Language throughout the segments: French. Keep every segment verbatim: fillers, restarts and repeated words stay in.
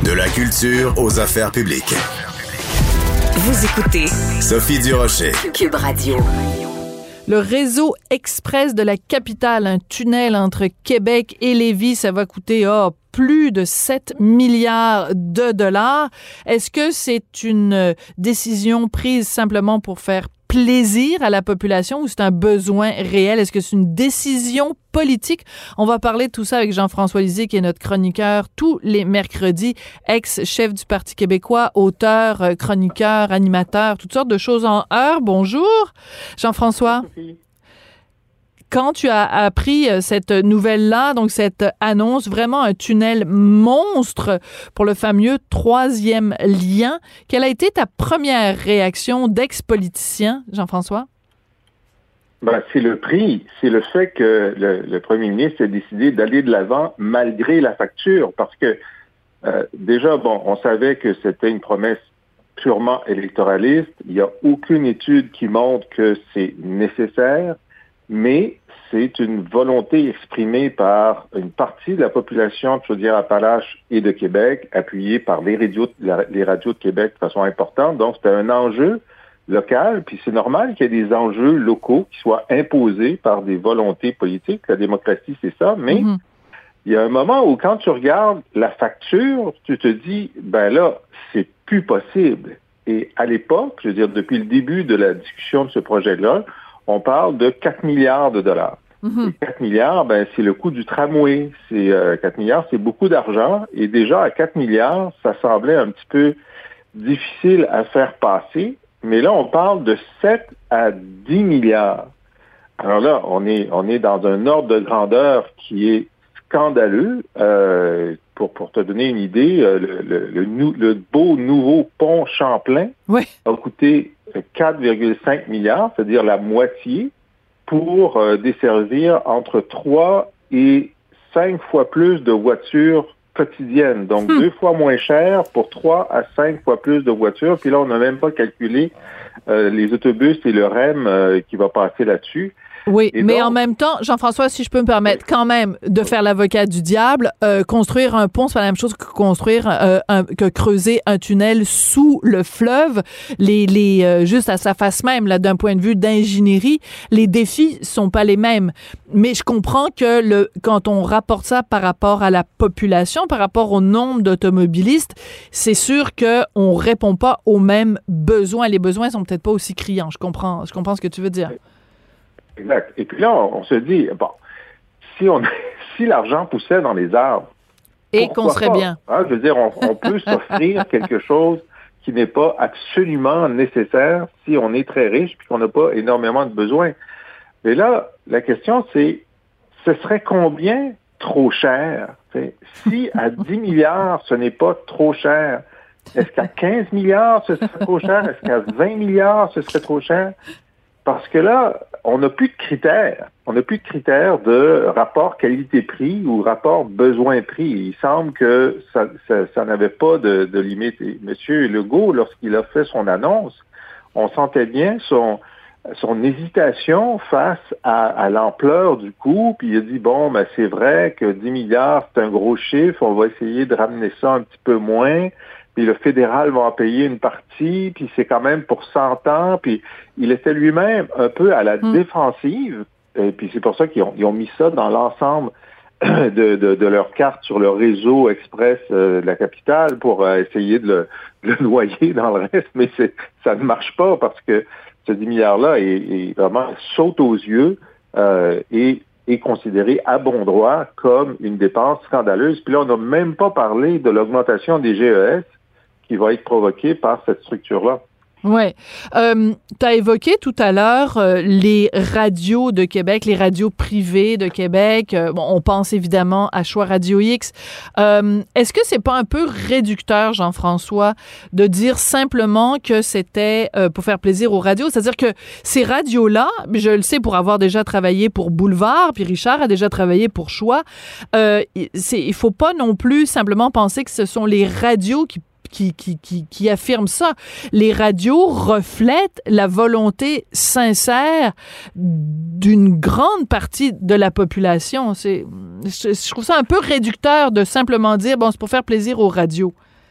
De la culture aux affaires publiques. Vous écoutez Sophie Durocher. Cube Radio. Le réseau express de la capitale, un tunnel entre Québec et Lévis, ça va coûter oh, plus de sept milliards de dollars. Est-ce que c'est une décision prise simplement pour faire plaisir à la population ou c'est un besoin réel? Est-ce que c'est une décision politique? On va parler de tout ça avec Jean-François Lisée, qui est notre chroniqueur tous les mercredis, ex-chef du Parti québécois, auteur, chroniqueur, animateur, toutes sortes de choses en heure. Bonjour, Jean-François. Merci. Quand tu as appris cette nouvelle-là, donc cette annonce, vraiment un tunnel monstre pour le fameux troisième lien, quelle a été ta première réaction d'ex-politicien, Jean-François? Ben, c'est le prix. C'est le fait que le, le premier ministre a décidé d'aller de l'avant malgré la facture. Parce que euh, déjà, bon, on savait que c'était une promesse purement électoraliste. Il n'y a aucune étude qui montre que c'est nécessaire, mais c'est une volonté exprimée par une partie de la population de Chaudière-Appalaches et de Québec, appuyée par les radios, les radios de Québec de façon importante. Donc, c'était un enjeu local, puis c'est normal qu'il y ait des enjeux locaux qui soient imposés par des volontés politiques. La démocratie, c'est ça, mais mm-hmm. il y a un moment où quand tu regardes la facture, tu te dis, ben là, c'est plus possible. Et à l'époque, je veux dire, depuis le début de la discussion de ce projet-là, on parle de quatre milliards de dollars. Mm-hmm. Et quatre milliards, ben, c'est le coût du tramway. C'est, euh, quatre milliards, c'est beaucoup d'argent. Et déjà, à quatre milliards, ça semblait un petit peu difficile à faire passer. Mais là, on parle de sept à dix milliards. Alors là, on est, on est dans un ordre de grandeur qui est scandaleux. Euh, pour, pour te donner une idée, le, le, le, le beau nouveau pont Champlain oui. a coûté quatre virgule cinq milliards, c'est-à-dire la moitié, pour euh, desservir entre trois et cinq fois plus de voitures quotidiennes. Donc, hmm. deux fois moins cher pour trois à cinq fois plus de voitures. Puis là, on n'a même pas calculé euh, les autobus et le R E M euh, qui va passer là-dessus. Oui, et mais donc, en même temps, Jean-François, si je peux me permettre quand même de faire l'avocat du diable, euh, construire un pont, c'est pas la même chose que construire euh, un, que creuser un tunnel sous le fleuve. Les, les, euh, juste à sa face même, là, d'un point de vue d'ingénierie, les défis sont pas les mêmes. Mais je comprends que le, quand on rapporte ça par rapport à la population, par rapport au nombre d'automobilistes, c'est sûr que on répond pas aux mêmes besoins. Les besoins sont peut-être pas aussi criants. Je comprends, je comprends ce que tu veux dire. Exact. Et puis là, on, on se dit, bon, si on, si l'argent poussait dans les arbres, et qu'on serait pas? bien. Hein, je veux dire, on, on peut s'offrir quelque chose qui n'est pas absolument nécessaire si on est très riche puis qu'on n'a pas énormément de besoins. Mais là, la question, c'est, ce serait combien trop cher? T'sais, si à dix milliards, ce n'est pas trop cher, est-ce qu'à quinze milliards, ce serait trop cher? Est-ce qu'à vingt milliards, ce serait trop cher? Parce que là, on n'a plus de critères. On n'a plus de critères de rapport qualité-prix ou rapport besoin-prix. Il semble que ça, ça, ça n'avait pas de, de limite. Et Monsieur Legault, lorsqu'il a fait son annonce, on sentait bien son, son hésitation face à, à l'ampleur du coût. Puis il a dit, bon, ben c'est vrai que dix milliards, c'est un gros chiffre. On va essayer de ramener ça un petit peu moins. Puis le fédéral va en payer une partie, puis c'est quand même pour cent ans, puis il était lui-même un peu à la mmh. défensive, et puis c'est pour ça qu'ils ont, ils ont mis ça dans l'ensemble de, de, de leur carte sur le réseau express euh, de la capitale pour euh, essayer de le, de le noyer dans le reste, mais c'est, ça ne marche pas parce que ce dix milliards-là est, est vraiment saute aux yeux euh, et est considéré à bon droit comme une dépense scandaleuse. Puis là, on n'a même pas parlé de l'augmentation des G E S qui va être provoquée par cette structure-là. Oui. Euh, tu as évoqué tout à l'heure euh, les radios de Québec, les radios privées de Québec. Euh, bon, on pense évidemment à Choix Radio X. Euh, est-ce que c'est pas un peu réducteur, Jean-François, de dire simplement que c'était euh, pour faire plaisir aux radios? C'est-à-dire que ces radios-là, je le sais pour avoir déjà travaillé pour Boulevard, puis Richard a déjà travaillé pour Choix, euh, c'est, il faut pas non plus simplement penser que ce sont les radios qui Qui, qui, qui, qui affirme ça. Les radios reflètent la volonté sincère d'une grande partie de la population. C'est, je, je trouve ça un peu réducteur de simplement dire, bon, c'est pour faire plaisir aux radios.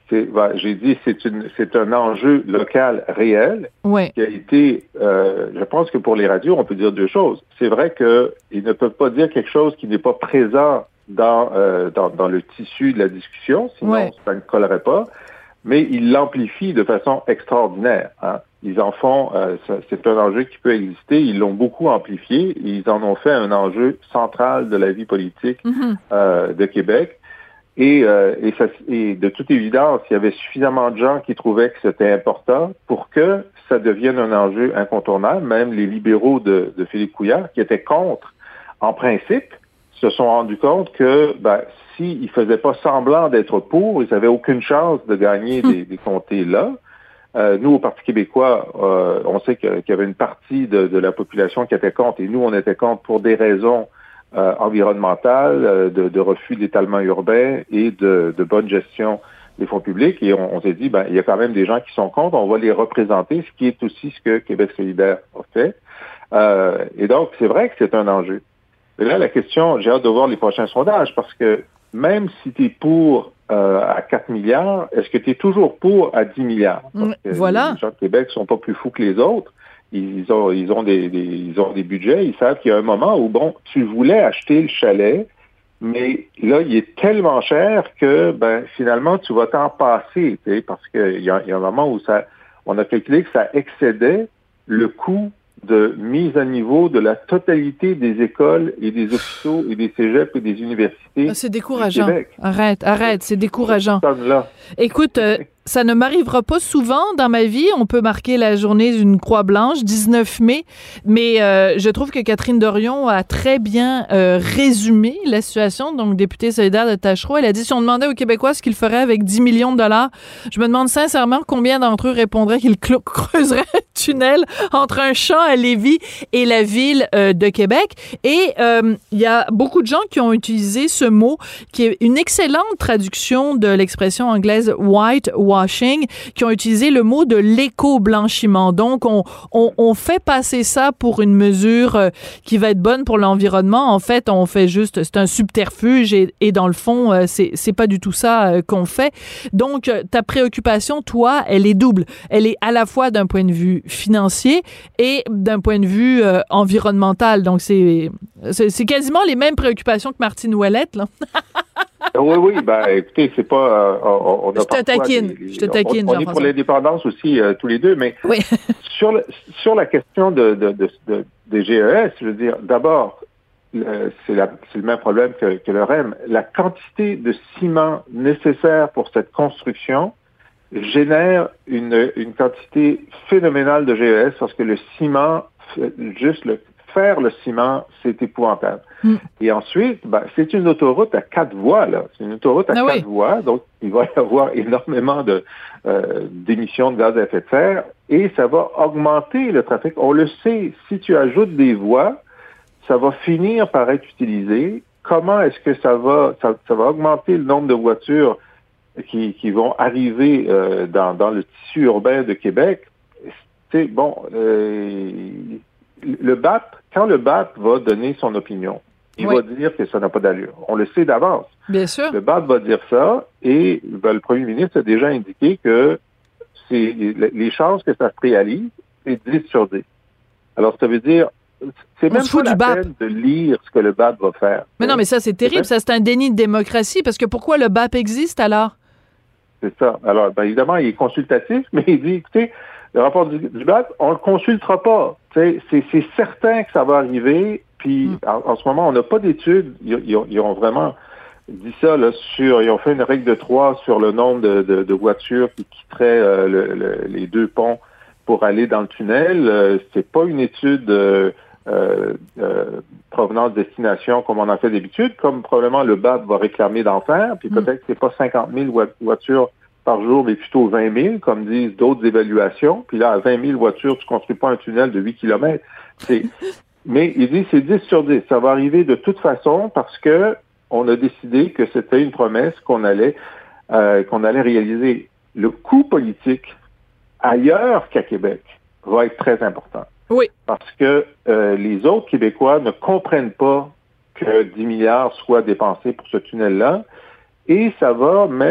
c'est, bah, j'ai dit, c'est une, c'est un enjeu local réel ouais. qui a été, euh, je pense que pour les radios, on peut dire deux choses. C'est vrai qu'ils ne peuvent pas dire quelque chose qui n'est pas présent dans, euh, dans, dans le tissu de la discussion, sinon ouais. ça ne collerait pas, mais ils l'amplifient de façon extraordinaire. Hein. Ils en font, euh, ça, c'est un enjeu qui peut exister, ils l'ont beaucoup amplifié, et ils en ont fait un enjeu central de la vie politique mm-hmm. euh, de Québec. Et, euh, et, ça, et de toute évidence, il y avait suffisamment de gens qui trouvaient que c'était important pour que ça devienne un enjeu incontournable. Même les libéraux de, de Philippe Couillard, qui étaient contre, en principe, se sont rendus compte que ben, s'ils ne faisaient pas semblant d'être pour, ils n'avaient aucune chance de gagner des, des comtés là. Euh, nous, au Parti québécois, euh, on sait qu'il y avait une partie de, de la population qui était contre, et nous, on était contre pour des raisons Euh, environnementale, euh, de, de refus d'étalement urbain et de, de bonne gestion des fonds publics. Et on, on s'est dit, ben, il y a quand même des gens qui sont contre, on va les représenter, ce qui est aussi ce que Québec solidaire a fait. Euh, et donc, c'est vrai que c'est un enjeu. Et là, la question, j'ai hâte de voir les prochains sondages, parce que même si tu es pour euh, à quatre milliards, est-ce que tu es toujours pour à dix milliards? Parce que voilà. Les gens de Québec sont pas plus fous que les autres. Ils ont, ils ont des, des, ils ont des budgets. Ils savent qu'il y a un moment où, bon, tu voulais acheter le chalet, mais là, il est tellement cher que, ben, finalement, tu vas t'en passer, tu sais, parce qu'il y a, il y a un moment où ça, on a calculé que ça excédait le coût de mise à niveau de la totalité des écoles et des hôpitaux et des cégeps et des universités. Ah, c'est décourageant. Arrête, arrête, c'est décourageant. Écoute, euh, ça ne m'arrivera pas souvent dans ma vie. On peut marquer la journée d'une croix blanche, dix-neuf mai, mais euh, je trouve que Catherine Dorion a très bien euh, résumé la situation. Donc, députée solidaire de Tachereau, elle a dit si on demandait aux Québécois ce qu'ils feraient avec dix millions de dollars, je me demande sincèrement combien d'entre eux répondraient qu'ils cl- creuseraient un tunnel entre un champ à Lévis et la ville euh, de Québec. Et il euh, y a beaucoup de gens qui ont utilisé ce mot, qui est une excellente traduction de l'expression anglaise white washing, qui ont utilisé le mot de l'éco-blanchiment. Donc, on, on, on fait passer ça pour une mesure euh, qui va être bonne pour l'environnement. En fait, on fait juste, c'est un subterfuge et, et dans le fond, euh, c'est, c'est pas du tout ça euh, qu'on fait. Donc, euh, ta préoccupation, toi, elle est double. Elle est à la fois d'un point de vue financier et d'un point de vue euh, environnemental. Donc, c'est, c'est, c'est quasiment les mêmes préoccupations que Martine Ouellette, là. Oui, oui, ben écoutez, c'est pas... Euh, on, on a je te taquine, des, je te taquine, On, on est pour l'indépendance aussi, euh, tous les deux, mais oui. sur, le, sur la question de, de, de, de, des G E S, je veux dire, d'abord, le, c'est, la, c'est le même problème que, que le R E M. La quantité de ciment nécessaire pour cette construction génère une, une quantité phénoménale de G E S parce que le ciment, juste le faire le ciment, c'est épouvantable. Mm. Et ensuite, ben, c'est une autoroute à quatre voies, là. C'est une autoroute à ah quatre oui. voies, donc il va y avoir énormément de, euh, d'émissions de gaz à effet de serre et ça va augmenter le trafic. On le sait, si tu ajoutes des voies, ça va finir par être utilisé. Comment est-ce que ça va, ça, ça va augmenter le nombre de voitures qui, qui vont arriver euh, dans, dans le tissu urbain de Québec? C'est bon, euh, le B A P, quand le B A P va donner son opinion, il oui. va dire que ça n'a pas d'allure. On le sait d'avance. Bien sûr. Le B A P va dire ça et ben, le premier ministre a déjà indiqué que c'est, les chances que ça se réalise, c'est dix sur dix. Alors, ça veut dire, c'est on même pas la B A P. peine de lire ce que le B A P va faire. Mais non, mais ça, c'est terrible. C'est ça, c'est un déni de démocratie parce que pourquoi le B A P existe alors? C'est ça. Alors, ben, évidemment, il est consultatif, mais il dit, écoutez, le rapport du, du B A P, on ne le consultera pas. C'est, c'est certain que ça va arriver. Puis, mm. en, en ce moment, on n'a pas d'études. Ils, ils, ont, ils ont vraiment dit ça là, sur... Ils ont fait une règle de trois sur le nombre de, de, de voitures qui quitteraient euh, le, le, les deux ponts pour aller dans le tunnel. Euh, c'est pas une étude euh, euh, euh, provenance-destination comme on en fait d'habitude, comme probablement le B A P va réclamer d'en faire. Puis mm. peut-être que c'est pas cinquante mille voitures par jour, mais plutôt vingt mille, comme disent d'autres évaluations. Puis là, à vingt mille voitures, tu ne construis pas un tunnel de huit kilomètres. C'est... Mais il dit c'est dix sur dix. Ça va arriver de toute façon parce que on a décidé que c'était une promesse qu'on allait, euh, qu'on allait réaliser. Le coût politique ailleurs qu'à Québec va être très important. Oui. Parce que euh, les autres Québécois ne comprennent pas que dix milliards soient dépensés pour ce tunnel-là. Et ça va mettre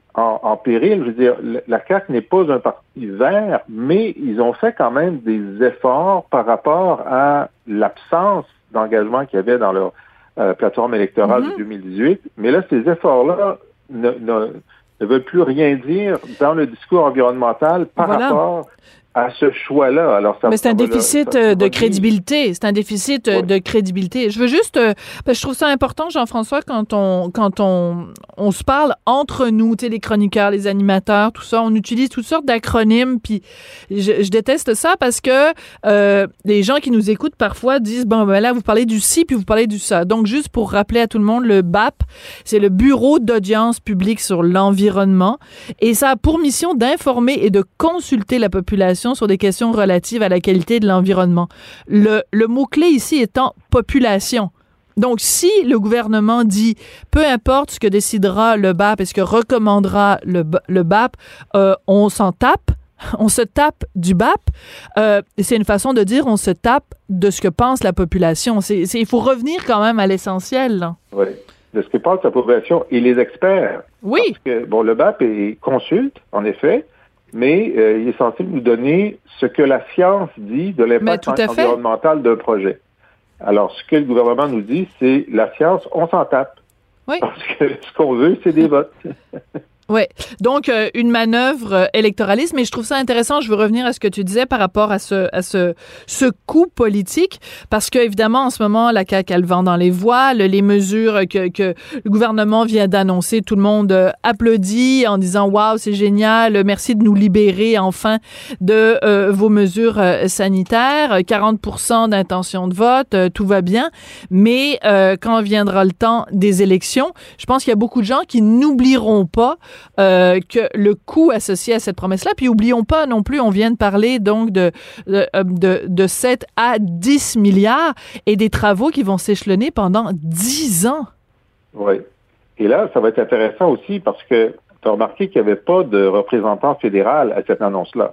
en, en péril. Je veux dire, la C A Q n'est pas un parti vert, mais ils ont fait quand même des efforts par rapport à l'absence d'engagement qu'il y avait dans leur euh, plateforme électorale mm-hmm. de deux mille dix-huit. Mais là, ces efforts-là ne, ne, ne veulent plus rien dire dans le discours environnemental par voilà. rapport à ce choix-là. Alors, ça, mais c'est un ça déficit là, ça, de crédibilité. C'est un déficit oui. de crédibilité. Je veux juste... Euh, parce que je trouve ça important, Jean-François, quand on quand on, on se parle entre nous, tu sais, les chroniqueurs, les animateurs, tout ça, on utilise toutes sortes d'acronymes, puis je, je déteste ça parce que euh, les gens qui nous écoutent parfois disent, bon, ben là, vous parlez du ci, puis vous parlez du ça. Donc, juste pour rappeler à tout le monde, le B A P, c'est le Bureau d'audience publique sur l'environnement, et ça a pour mission d'informer et de consulter la population sur des questions relatives à la qualité de l'environnement. Le, le mot-clé ici étant population. Donc, si le gouvernement dit, peu importe ce que décidera le B A P et ce que recommandera le, le B A P, euh, on s'en tape, on se tape du B A P, euh, c'est une façon de dire on se tape de ce que pense la population. C'est, c'est, il faut revenir quand même à l'essentiel. Là. Oui, de ce que pense la population et les experts. Oui. Parce que, bon, le B A P est consulte, en effet, mais euh, il est censé nous donner ce que la science dit de l'impact environnemental d'un projet. Alors, ce que le gouvernement nous dit, c'est la science, on s'en tape. Oui. Parce que ce qu'on veut, c'est des votes. Oui, donc euh, une manœuvre euh, électoraliste, mais je trouve ça intéressant. Je veux revenir à ce que tu disais par rapport à ce à ce ce coup politique, parce que évidemment en ce moment la C A Q elle vend dans les voiles, les mesures que que le gouvernement vient d'annoncer, tout le monde euh, applaudit en disant waouh c'est génial, merci de nous libérer enfin de euh, vos mesures euh, sanitaires, quarante pour cent d'intention de vote, euh, tout va bien, mais euh, quand viendra le temps des élections, je pense qu'il y a beaucoup de gens qui n'oublieront pas Euh, que le coût associé à cette promesse-là. Puis oublions pas non plus, on vient de parler donc de, de, de, de sept à dix milliards et des travaux qui vont s'échelonner pendant dix ans. Oui. Et là, ça va être intéressant aussi parce que tu as remarqué qu'il n'y avait pas de représentant fédéral à cette annonce-là.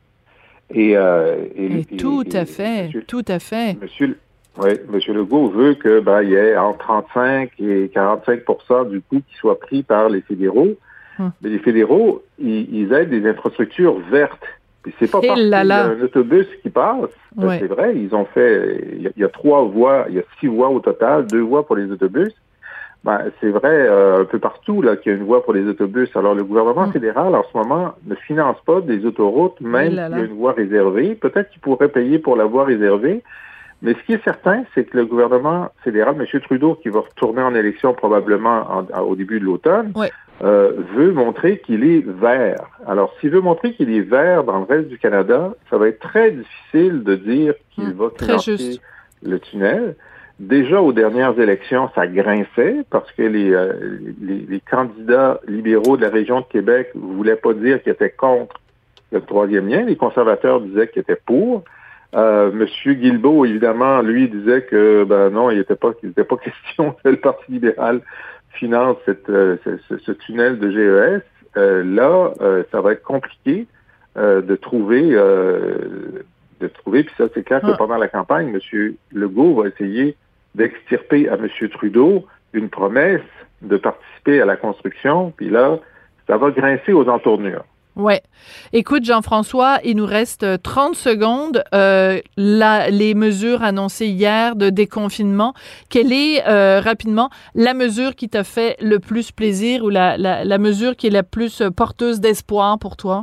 Et, euh, et, et tout et, à fait, monsieur, tout à fait. Monsieur, oui, M. Legault veut que ben, il y ait entre trente-cinq et quarante-cinq pour cent du coût qui soit pris par les fédéraux. Hum. Mais les fédéraux, ils, ils aident des infrastructures vertes. Puis c'est pas parce qu'il y a un autobus qui passe. Ouais. C'est vrai, ils ont fait... Il y, a, il y a trois voies, il y a six voies au total, deux voies pour les autobus. Ben, c'est vrai euh, un peu partout là qu'il y a une voie pour les autobus. Alors, le gouvernement hum. fédéral, en ce moment, ne finance pas des autoroutes, même s'il y a une voie réservée. Peut-être qu'il pourrait payer pour la voie réservée. Mais ce qui est certain, c'est que le gouvernement fédéral, M. Trudeau, qui va retourner en élection probablement en, en, au début de l'automne, ouais. euh, veut montrer qu'il est vert. Alors, s'il veut montrer qu'il est vert dans le reste du Canada, ça va être très difficile de dire qu'il mmh, va financer le tunnel. Déjà, aux dernières élections, ça grinçait parce que les, euh, les, les candidats libéraux de la région de Québec ne voulaient pas dire qu'ils étaient contre le troisième lien. Les conservateurs disaient qu'ils étaient pour. Euh, Monsieur Guilbeault, évidemment, lui disait que ben non, il n'était pas, il n'était pas question que le Parti libéral finance cette, euh, ce, ce tunnel de G E S. Euh, là, euh, ça va être compliqué euh, de trouver, euh, de trouver. Puis ça, c'est clair que pendant la campagne, Monsieur Legault va essayer d'extirper à Monsieur Trudeau une promesse de participer à la construction. Puis là, ça va grincer aux entournures. Ouais. Écoute, Jean-François, il nous reste trente secondes. Euh, la, les mesures annoncées hier de déconfinement, quelle est, euh, rapidement, la mesure qui t'a fait le plus plaisir ou la, la, la mesure qui est la plus porteuse d'espoir pour toi?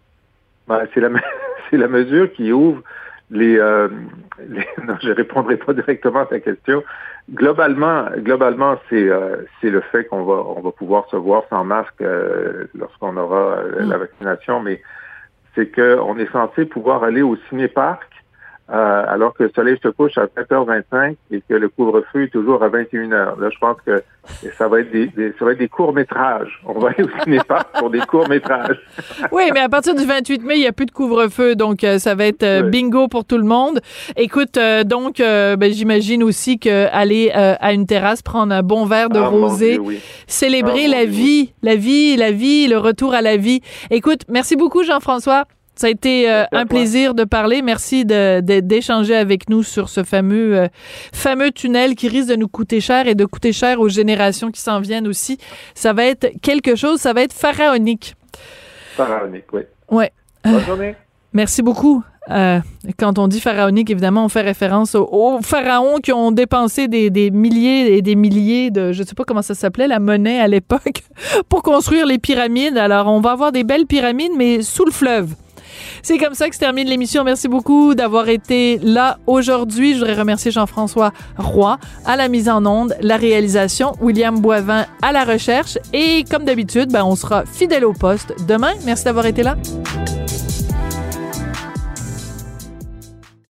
Ben, c'est, la, c'est la mesure qui ouvre les... Euh, les non, je ne répondrai pas directement à ta question. Globalement, globalement, c'est euh, c'est le fait qu'on va on va pouvoir se voir sans masque euh, lorsqu'on aura euh, mmh. la vaccination, mais c'est que on est censé pouvoir aller au ciné-parc euh, alors que le soleil se couche à sept heures vingt-cinq et que le couvre-feu est toujours à vingt et une heures. Là, je pense que ça va être des, des ça va être des courts-métrages. On va aller au ciné-parc pour des courts-métrages. Oui, mais à partir du vingt-huit mai, il n'y a plus de couvre-feu, donc euh, ça va être euh, oui. bingo pour tout le monde. Écoute, euh, donc, euh, ben, j'imagine aussi qu'aller euh, à une terrasse, prendre un bon verre de ah, rosé, Dieu, oui. célébrer ah, la vie, Dieu. la vie, la vie, le retour à la vie. Écoute, merci beaucoup, Jean-François. Ça a été euh, un plaisir de parler. Merci de, de, d'échanger avec nous sur ce fameux, euh, fameux tunnel qui risque de nous coûter cher et de coûter cher aux générations qui s'en viennent aussi. Ça va être quelque chose, ça va être pharaonique. Pharaonique, oui. Ouais. Bonne journée. Merci beaucoup. Euh, quand on dit pharaonique, évidemment, on fait référence aux, aux pharaons qui ont dépensé des, des milliers et des milliers de, je sais pas comment ça s'appelait, la monnaie à l'époque, pour construire les pyramides. Alors, on va avoir des belles pyramides, mais sous le fleuve. C'est comme ça que se termine l'émission. Merci beaucoup d'avoir été là aujourd'hui. Je voudrais remercier Jean-François Roy à la mise en onde, la réalisation, William Boivin à la recherche. Et comme d'habitude, ben, on sera fidèle au poste demain. Merci d'avoir été là.